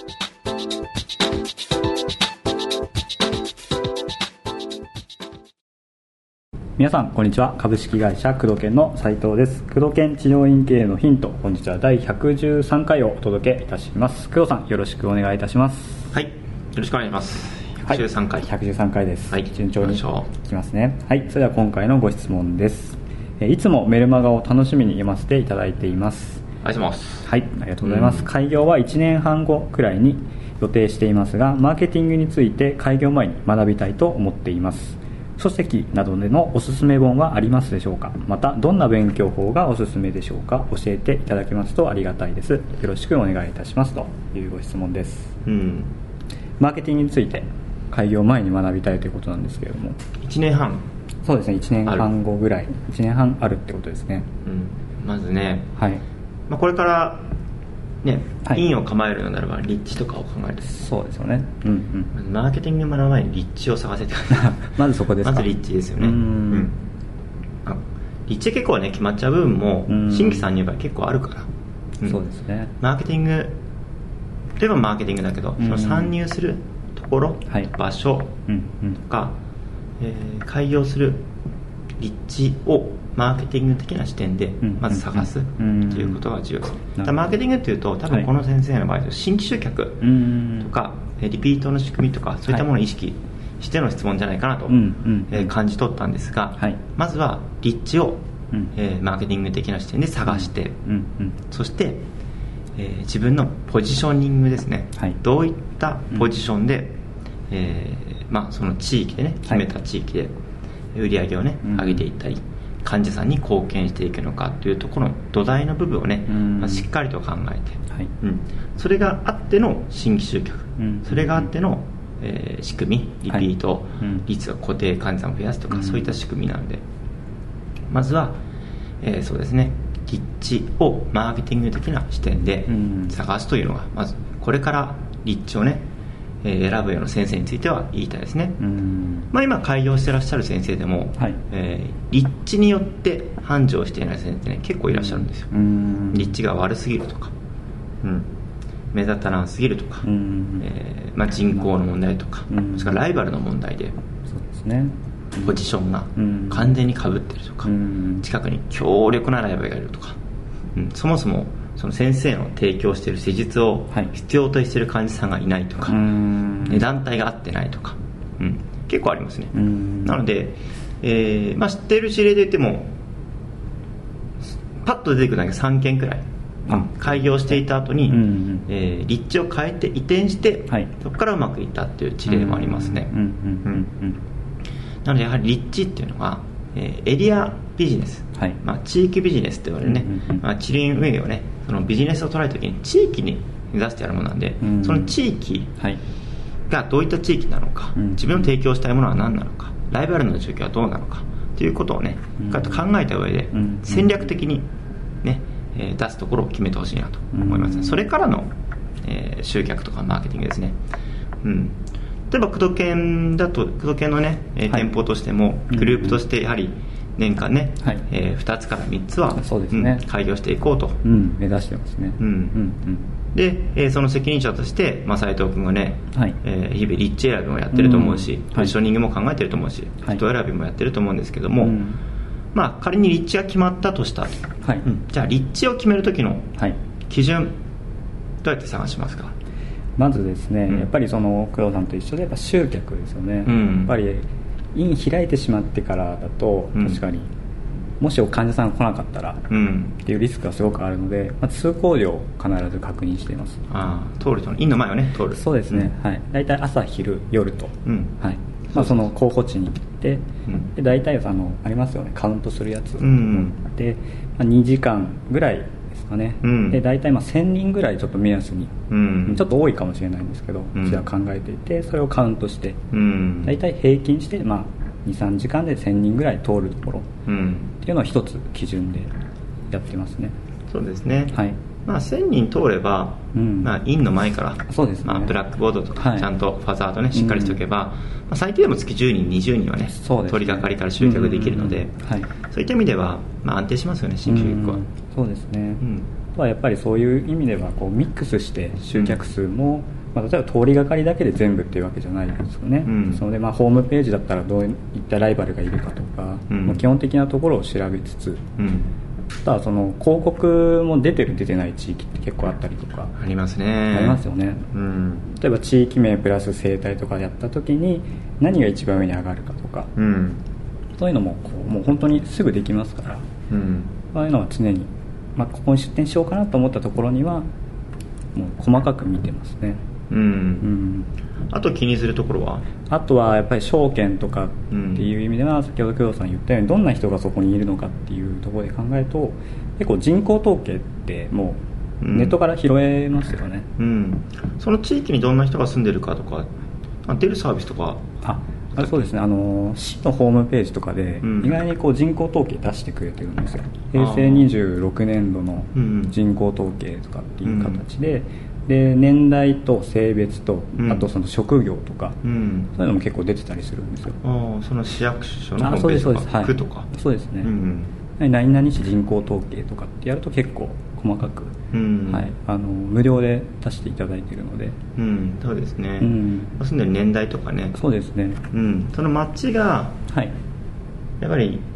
皆さんこんにちは。株式会社工藤研の斉藤です。工藤研治療院経営のヒント、本日は第113回をお届けいたします。工藤さんよろしくお願いいたします。 はい、よろしくお願いします。113回、 はい、113回です、 はい、 順調にいきますね。はい、それでは今回のご質問です。いつもメルマガを楽しみに読ませていただいています。 ありがとうございます。 はい、ありがとうございます。開業は1年半後くらいに予定していますが、マーケティングについて開業前に学びたいと思っています。書籍などでのおすすめ本はありますでしょうか。またどんな勉強法がおすすめでしょうか。教えていただけますとありがたいです。よろしくお願いいたしますというご質問です。マーケティングについて開業前に学びたいということなんですけれども、 1年半、 そうですね、1年半後ぐらい、1年半あるってことですね。 まずね、 はい、 これからね、 はい、 院を構えるのならば立地とかを考える。 そうですよね。 まずマーケティング学ぶ前に立地を探せって感じまずそこですか。 まず立地ですよね。立地結構ね決まっちゃう部分も新規参入場合結構あるから、 そうですね。 マーケティング例えばマーケティングだけど、その参入するところ、場所とか、開業する立地をマーケティング的な視点でまず探すということが重要です。マーケティングっていうと多分この先生の場合新規集客とかリピートの仕組みとかそういったものを意識しての質問じゃないかなと感じ取ったんですが、まずは立地をマーケティング的な視点で探して、そして自分のポジショニングですね、どういったポジションでその地域でね、決めた地域で売り上げをね上げていったり患者さんに貢献していくのかというところの土台の部分をね、しっかりと考えて、それがあっての新規集客、それがあっての、仕組み、リピート率を固定患者さんを増やすとか、そういった仕組みなので、まずは、そうですね、立地をマーケティング的な視点で探すというのがまずこれから立地をね選ぶような先生については言いたいですね。今開業してらっしゃる先生でも、立地によって繁盛していない先生ってね結構いらっしゃるんですよ。立地が悪すぎるとか、目立たなすぎるとか、人口の問題とか、もしくはライバルの問題で、 そうですね、 ポジションが完全に被ってるとか、近くに強力なライバルがいるとか、そもそもその先生の提供している施術を必要としている患者さんがいないとか、団体が合ってないとか、結構ありますね。なので、知っている事例で言ってもパッと出てくるだけ3件くらい、開業していた後に、立地を変えて移転して、そこからうまくいったっていう事例もありますね。なのでやはり立地っていうのは、エリアビジネス、地域ビジネスって言われるね、治療運営をね、そのビジネスを捉えるときに地域に目指してやるものなんで、その地域がどういった地域なのか、自分の提供したいものは何なのか、ライバルの状況はどうなのかということをね、考えた上で戦略的にね、出すところを決めてほしいなと思います。それからの、集客とかマーケティングですね。例えば工藤研だと工藤研のね、店舗としてもグループとしてやはり年間ね、2つから3つは、開業していこうと、 目指してますね。 で、その責任者として斉藤君がね、日々立地選びもやってると思うし、ポジショニングも考えてると思うし、人選びもやってると思うんですけども、仮に立地が決まったとしたら、じゃあ立地を決める時の基準、どうやって探しますか。 まずですね、やっぱりその工藤さんと一緒でやっぱ集客ですよね。やっぱり院開いてしまってからだと、確かにもし患者さんが来なかったらっていうリスクがすごくあるので、通行量を必ず確認しています。 通ると院の前をね通る。 そうですね、だいたい朝昼夜と、その候補地に行って、で大体ありますよね、カウントするやつ、で、2時間ぐらいですかね、で大体1000人ぐらいちょっと目安に、ちょっと多いかもしれないんですけど、うちは考えていて、それをカウントして、大体平均して、23時間で1000人ぐらい通るところっていうのを一つ基準でやってますね。 そうですね、1000人通れば、院の前から、ブラックボードとかちゃんとファザードね、しっかりしておけば、最低でも月10人20人はね、取り掛かりから集客できるので、そういった意味では、安定しますよね、新規集客は。 そうですね、 とはやっぱりそういう意味ではこうミックスして集客数も、例えば通りがかりだけで全部っていうわけじゃないですよね、そのでホームページだったらどういったライバルがいるかとか、基本的なところを調べつつ、ただその広告も出てる出てない地域って結構あったりとかありますね。 ありますよね、例えば地域名プラス生態とかやった時に何が一番上に上がるかとか、そういうのももう本当にすぐできますから、そういうのは常に、ここに出店しようかなと思ったところにはもう細かく見てますね。 あと気にするところは、 あとはやっぱり証券とかっていう意味では、先ほど工藤さん言ったようにどんな人がそこにいるのかっていうところで考えると、結構人口統計ってもうネットから拾えますよね、 その地域にどんな人が住んでるかとか出るサービスとか、 そうですね、市のホームページとかで意外にこう人口統計出してくれてるんですよ。平成26年度の人口統計とかっていう形で、で年代と性別と、あとその職業とか、そういうのも結構出てたりするんですよ。 その市役所のホームページとか区とか、 そうですね、何々市人口統計とかってやると結構細かく、無料で出していただいているので、 そうですね、住んでる年代とかね、 そうですね、 その街が、やっぱり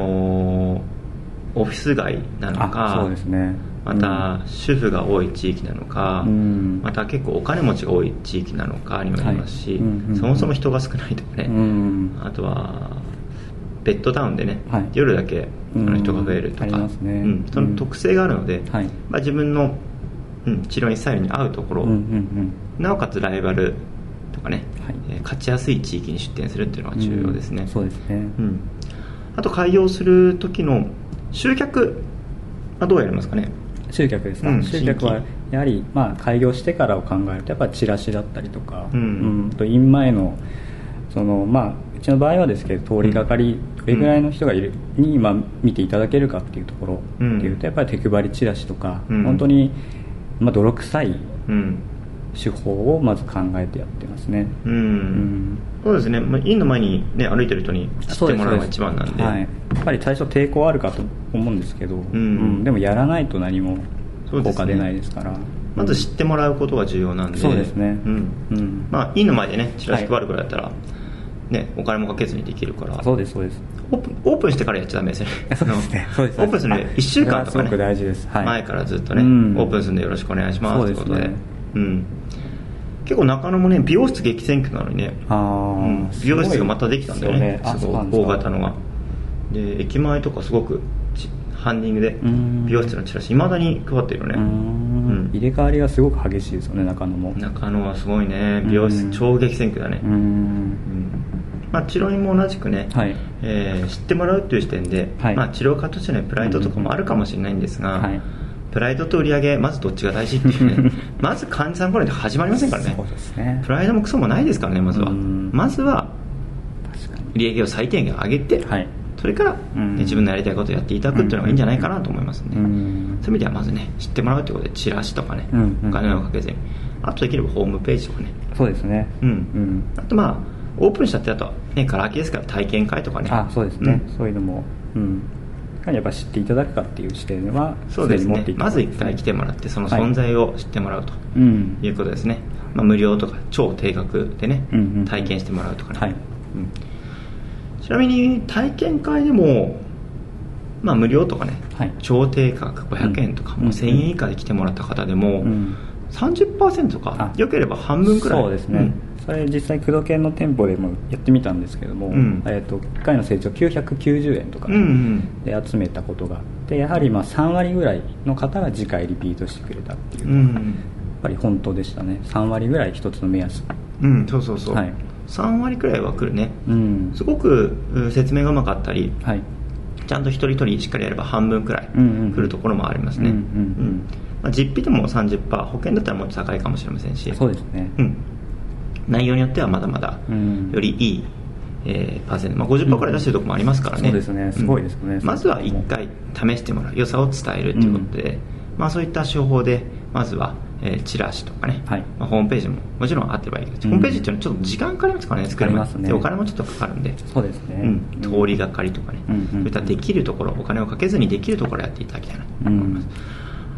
オフィス街なのか、 そうですね、 また主婦が多い地域なのか、また結構お金持ちが多い地域なのかにもよりますし、そもそも人が少ないとかね、あとはベッドタウンでね、夜だけ人が増えるとか、その特性があるので、自分の、治療にスタイルに合うところ、なおかつライバルとかね、勝ちやすい地域に出店するっていうのが重要ですね。 そうですね、 あと開業する時の集客はどうやりますかね。 集客ですか、集客はやはり開業してからを考えるとやっぱりチラシだったりとか、と院前のそのうちの場合はですけど通りがかりどれぐらいの人がいるに見ていただけるかっていうところっていうとやっぱり手配りチラシとか、本当に泥臭い手法をまず考えてやってますね。 そうですね、院の前に、歩いてる人に知ってもらうのが一番なんで、 やっぱり最初抵抗あるかと思うんですけど、でもやらないと何も効果出ないですから、 まず知ってもらうことが重要なんで、 そうですね、 院の前でねチラシ配るくらいだったら、お金もかけずにできるから。 そうですそうです。 オープンしてからやっちゃダメですよね。 そうですね、そうです。 オープンする1週間とかね、 すごく大事です、 前からずっとね、オープンするんでよろしくお願いしますということで、結構中野もね美容室激戦区なのにね、美容室がまたできたんだよね、すごい大型のが。で駅前とかすごくハンディングで美容室のチラシいまだに配ってるよね。 入れ替わりがすごく激しいですよね、中野も。 中野はすごいね、美容室超激戦区だね。治療院も同じくね、知ってもらうという視点で、治療家としてのプライドとかもあるかもしれないんですが、プライドと売り上げまずどっちが大事っていうねまず患者さん来ないと始まりませんからね。 そうですね、 プライドもクソもないですからね。まずは売り上げを最低限上げて、それから、自分のやりたいことをやっていただくっていうのがいいんじゃないかなと思いますね。そういう意味ではまずね知ってもらうということでチラシとかね、お金をかけずに、あとできればホームページとかね。 そうですね、 あとオープンしたってあとねガラケーですから体験会とかね。 そうですね、そういうのもやっぱ知っていただくかっていう視点はそうですね、まず1回来てもらってその存在を知ってもらうということですね。無料とか超低額でね、体験してもらうとかね、ちなみに体験会でも無料とかね、超低価格500円とか、もう1000円以下で来てもらった方でも、30% とか良ければ半分くらい。 そうですね、それ実際工藤研の店舗でもやってみたんですけども、1回の成長990円とかで集めたことがあって、やはり3割ぐらいの方が次回リピートしてくれたっていうのが、やっぱり本当でしたね。3割ぐらい一つの目安。 そうそうそう、3割くらいは来るね。すごく説明がうまかったり、ちゃんと一人一人しっかりやれば半分くらい来るところもありますね。実費でも 30%、 保険だったらもっと高いかもしれませんし、 そうですね、 内容によってはまだまだよりいい、パーセント、50% くらい出してるところもありますからね。 そうですね、すごいですね。 まずは1回試してもらう、良さを伝えるということで、そういった手法でまずは、チラシとかね、ホームページももちろんあってばいいけど、ホームページっていうのはちょっと時間かかりますからね、作るまで、お金もちょっとかかるんで。 そうですね、 通りがかりとかね、そういったできるところ、お金をかけずにできるところをやっていただきたいなと思います。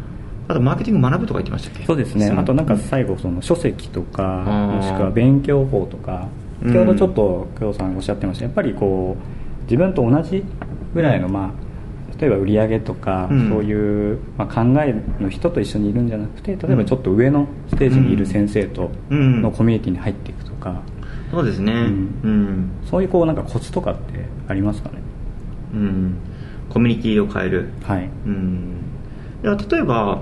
あとマーケティング学ぶとか言ってましたっけ？ そうですね。あとなんか最後その書籍とか、もしくは勉強法とか、先ほどちょっと工藤さんおっしゃってました、やっぱりこう自分と同じぐらいの、例えば売り上げとか、そういう、考えの人と一緒にいるんじゃなくて、例えばちょっと上のステージにいる先生とのコミュニティに入っていくとか、 そうですね、 そういうこうなんかコツとかってありますかね？ コミュニティを変える、 はい、 いや例えば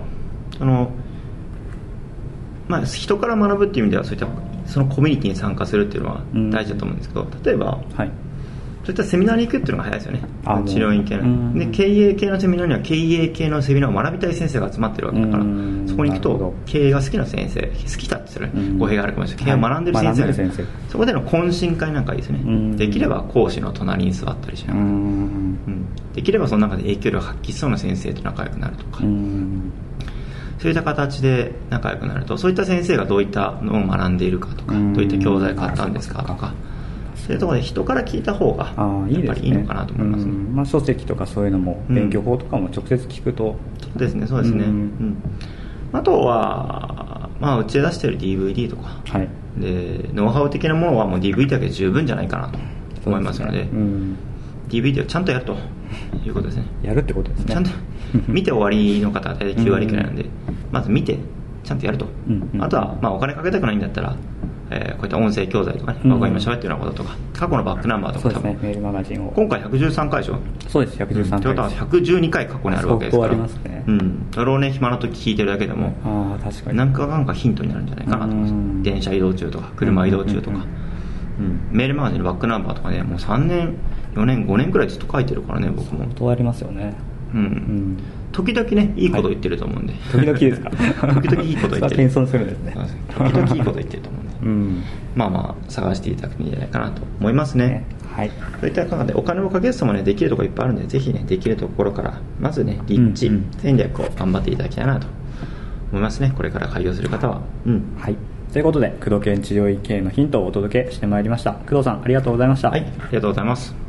人から学ぶっていう意味ではそういったそのコミュニティに参加するっていうのは大事だと思うんですけど、例えば、そういったセミナーに行くっていうのが早いですよね。治療院系ので経営系のセミナーには経営系のセミナーを学びたい先生が集まってるわけだから、そこに行くと経営が好きな先生、好きだってする語弊があるかもしれない、経営を学んでる先生、そこでの懇親会なんかいいですね。できれば講師の隣に座ったりしながら、できればその中で影響力を発揮しそうな先生と仲良くなるとか、そういった形で仲良くなると、そういった先生がどういったのを学んでいるかとか、どういった教材を買ったんですかとか、そういうところで人から聞いた方がやっぱりいいのかなと思いますね。 書籍とかそういうのも、勉強法とかも直接聞くと、 そうですね、そうですね。あとは、うちで出している DVD とか、でノウハウ的なものはもう DVD だけで十分じゃないかなと思いますので、DVD をちゃんとやるということですね。 やるってことですね。 ちゃんと見て終わりの方は大体9割くらいなんで、まず見てちゃんとやると、あとはお金かけたくないんだったら、こういった音声教材とかね、僕が今喋ってるようなこととか、過去のバックナンバーとか、 そうですね、メールマガジンを今回113回でしょ。 そうです、113回。 ということは112回過去にあるわけですから、 相当ありますね。 それをね、暇な時聞いてるだけでも、 確かになんかヒントになるんじゃないかなと思います。電車移動中とか車移動中とか、メールマガジンのバックナンバーとかね、もう3年4年5年くらいずっと書いてるからね、僕も。 相当ありますよね。 時々ね、いいこと言ってると思うんで、 時々ですか？ 時々いいこと言ってる。 謙遜するんですね。 時々いいこと言ってると思うんで、探していただくといいんじゃないかなと思いますね。そういった中でお金をかけずともね、できるところいっぱいあるんで、ぜひね、できるところからまずね、立地戦略を頑張っていただきたいなと思いますね、これから開業する方は。 ということで、工藤研治療院経営のヒントをお届けしてまいりました。工藤さん、ありがとうございました。 ありがとうございます。